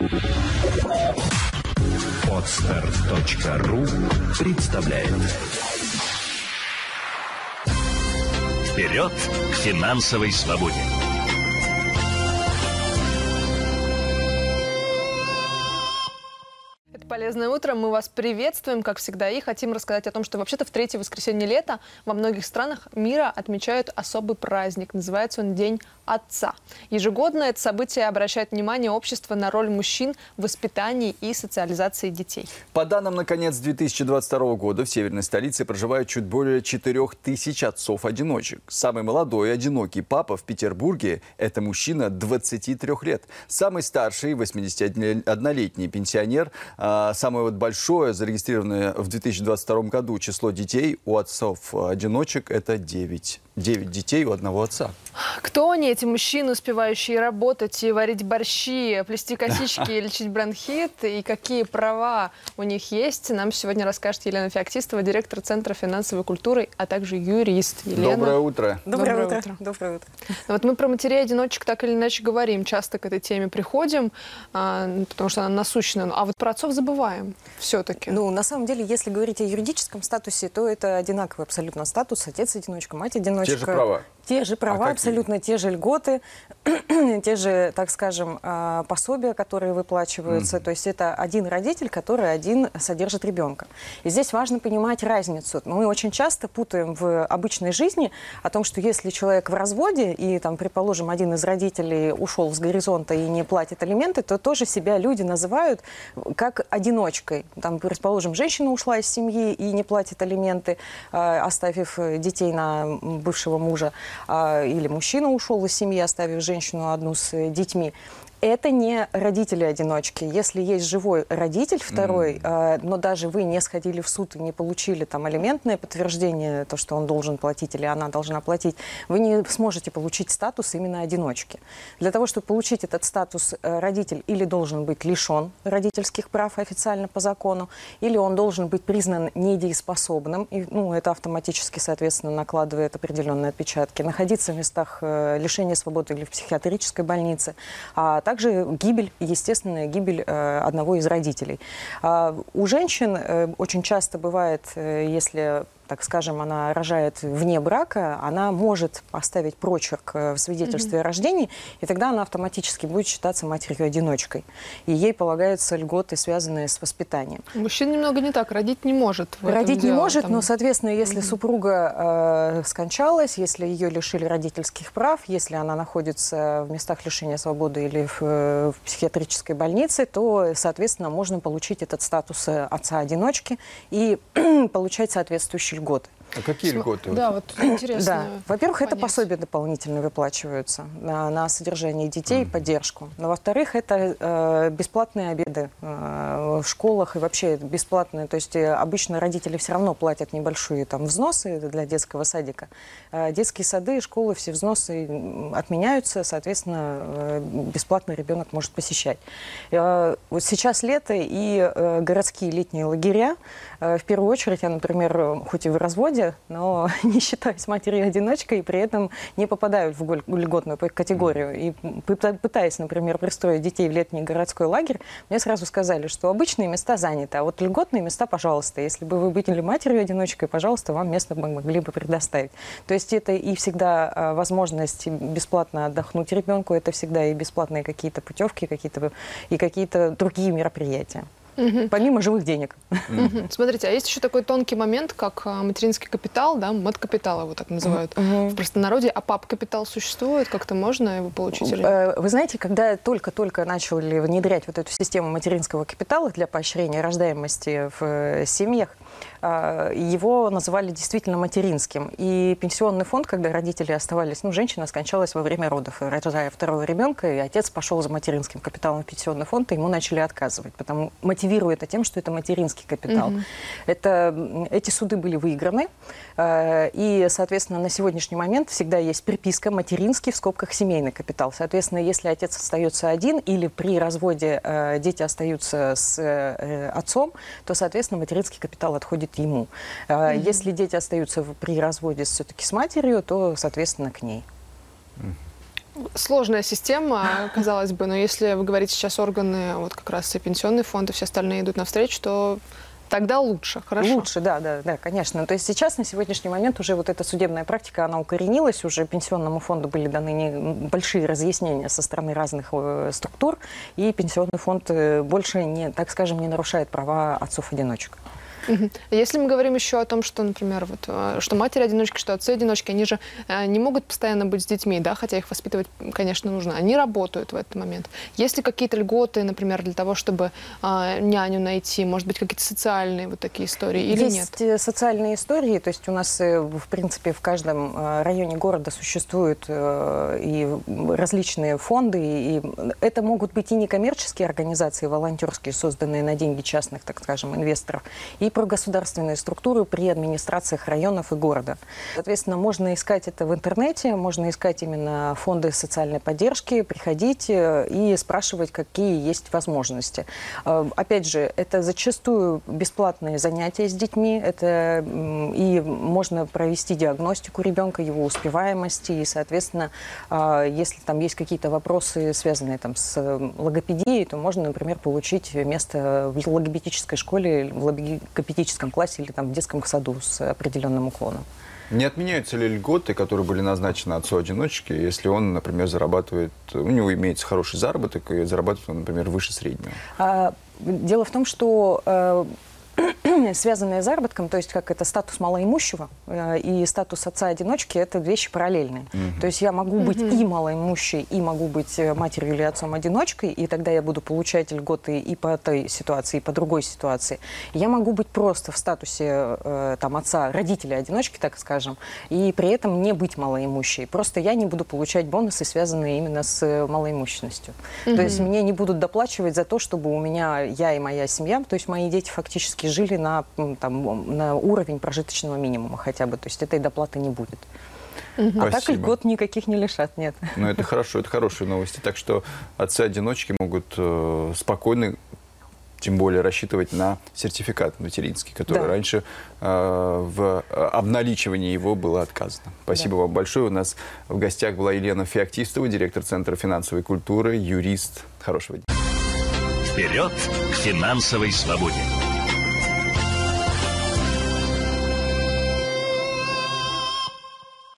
Podster.ru представляет. Вперед к финансовой свободе! Полезное утро. Мы вас приветствуем, как всегда, и хотим рассказать о том, что вообще-то в третье воскресенье лета во многих странах мира отмечают особый праздник. Называется он День Отца. Ежегодно это событие обращает внимание общества на роль мужчин в воспитании и социализации детей. По данным на конец 2022 года в северной столице проживает чуть более 4000 отцов-одиночек. Самый молодой и одинокий папа в Петербурге – это мужчина 23 лет. Самый старший, 81-летний пенсионер. Самое большое зарегистрированное в 2022 году число детей у отцов-одиночек – это 9. 9 детей у одного отца. Кто они, эти мужчины, успевающие работать и варить борщи, плести косички, лечить бронхит? И какие права у них есть? Нам сегодня расскажет Елена Феоктистова, директор Центра финансовой культуры, а также юрист. Елена. Доброе утро. Доброе утро. Доброе утро. Вот мы про матерей-одиночек так или иначе говорим. Часто к этой теме приходим, потому что она насущная. А вот про отцов забываем все-таки. Ну, на самом деле, если говорить о юридическом статусе, то это одинаковый абсолютно статус. Отец-одиночка, мать-одиночка. Те же права. Те же права, абсолютно те же льготы, те же, так скажем, пособия, которые выплачиваются. То есть это один родитель, который один содержит ребенка. И здесь важно понимать разницу. Мы очень часто путаем в обычной жизни о том, что если человек в разводе, и, там, предположим, один из родителей ушел с горизонта и не платит алименты, то тоже себя люди называют как одиночкой. Там, предположим, женщина ушла из семьи и не платит алименты, оставив детей на бывшего мужа. Или мужчина ушел из семьи, оставив женщину одну с детьми. Это не родители-одиночки. Если есть живой родитель, второй, но даже вы не сходили в суд и не получили там алиментное подтверждение, то, что он должен платить или она должна платить, вы не сможете получить статус именно одиночки. Для того, чтобы получить этот статус, родитель или должен быть лишен родительских прав официально по закону, или он должен быть признан недееспособным, и, это автоматически, соответственно, накладывает определенные отпечатки, находиться в местах лишения свободы или в психиатрической больнице, а также гибель, естественная гибель одного из родителей. У женщин очень часто бывает, если, так скажем, она рожает вне брака, она может поставить прочерк в свидетельстве о рождении, и тогда она автоматически будет считаться матерью-одиночкой. И ей полагаются льготы, связанные с воспитанием. Мужчина немного не так, родить не может. Родить не может, но, соответственно, если супруга скончалась, если ее лишили родительских прав, если она находится в местах лишения свободы или в психиатрической больнице, то, соответственно, можно получить этот статус отца-одиночки и получать соответствующие льготы. А какие льготы? Да, вот интересно. Да. Во-первых, это пособия дополнительно выплачиваются на содержание детей, поддержку. Но, во-вторых, это бесплатные обеды в школах и вообще бесплатные. То есть обычно родители все равно платят небольшие там взносы для детского садика. Детские сады, школы, все взносы отменяются, соответственно, бесплатно ребенок может посещать. Вот сейчас лето и городские летние лагеря. В первую очередь, я, например, хоть и в разводе, но не считаюсь матерью-одиночкой и при этом не попадаю в льготную категорию. И пытаясь, например, пристроить детей в летний городской лагерь, мне сразу сказали, что обычные места заняты, а вот льготные места, пожалуйста. Если бы вы были матерью-одиночкой, пожалуйста, вам место могли бы предоставить. То есть это и всегда возможность бесплатно отдохнуть ребенку, это всегда и бесплатные какие-то путевки, какие-то другие мероприятия. Помимо живых денег. Смотрите, а есть еще такой тонкий момент, как материнский капитал, да, мат-капитал его так называют в простонародье. А пап-капитал существует? Как-то можно его получить? Или... Вы знаете, когда только начали внедрять вот эту систему материнского капитала для поощрения рождаемости в семьях, его называли действительно материнским. И пенсионный фонд, когда родители оставались, женщина скончалась во время родов, рожая второго ребенка, и отец пошел за материнским капиталом в пенсионный фонд, и ему начали отказывать, мотивируя это тем, что это материнский капитал. Эти суды были выиграны, и, соответственно, на сегодняшний момент всегда есть приписка «материнский» в скобках «семейный капитал». Соответственно, если отец остается один или при разводе дети остаются с отцом, то, соответственно, материнский капитал отходит ему. Если дети остаются при разводе все-таки с матерью, то, соответственно, к ней. Сложная система, казалось бы, но если вы говорите сейчас органы, вот как раз и пенсионный фонд, и все остальные идут навстречу, то тогда лучше, хорошо? Лучше, да, конечно. То есть сейчас, на сегодняшний момент, уже вот эта судебная практика, она укоренилась, уже пенсионному фонду были даны большие разъяснения со стороны разных структур, и пенсионный фонд больше, не, так скажем, не нарушает права отцов-одиночек. Если мы говорим еще о том, что, например, вот, что матери-одиночки, что отцы-одиночки, они же не могут постоянно быть с детьми, да, хотя их воспитывать, конечно, нужно. Они работают в этот момент. Есть ли какие-то льготы, например, для того, чтобы няню найти? Может быть, какие-то социальные вот такие истории или нет? Есть социальные истории, то есть у нас, в принципе, в каждом районе города существуют и различные фонды, и это могут быть и некоммерческие организации, волонтерские, созданные на деньги частных, так скажем, инвесторов, и прогосударственные структуры при администрациях районов и города. Соответственно, можно искать это в интернете, можно искать именно фонды социальной поддержки, приходить и спрашивать, какие есть возможности. Опять же, это зачастую бесплатные занятия с детьми, это и можно провести диагностику ребенка, его успеваемости, и, соответственно, если там есть какие-то вопросы, связанные там с логопедией, то можно, например, получить место в логопедической школе, в логопедическом классе или там в детском саду с определенным уклоном. Не отменяются ли льготы, которые были назначены отцу-одиночке, если он, например, зарабатывает, у него имеется хороший заработок, и зарабатывает он, например, выше среднего? Дело в том, что связанные с заработком, то есть как это статус малоимущего и статус отца-одиночки, это вещи параллельные. То есть я могу быть и малоимущей, и могу быть матерью или отцом-одиночкой, и тогда я буду получать льготы и по той ситуации, и по другой ситуации. Я могу быть просто в статусе там, отца, родителя-одиночки, так скажем, и при этом не быть малоимущей. Просто я не буду получать бонусы, связанные именно с малоимущностью. То есть мне не будут доплачивать за то, чтобы у меня, я и моя семья, то есть мои дети фактически жили на уровень прожиточного минимума хотя бы. То есть этой доплаты не будет. А так льгот никаких не лишат, нет. Ну, это хорошо, это хорошие новости. Так что отцы-одиночки могут спокойно, тем более, рассчитывать на сертификат материнский, который раньше в обналичивании его было отказано. Спасибо вам большое. У нас в гостях была Елена Феоктистова, директор Центра финансовой культуры, юрист. Хорошего дня. Вперед к финансовой свободе!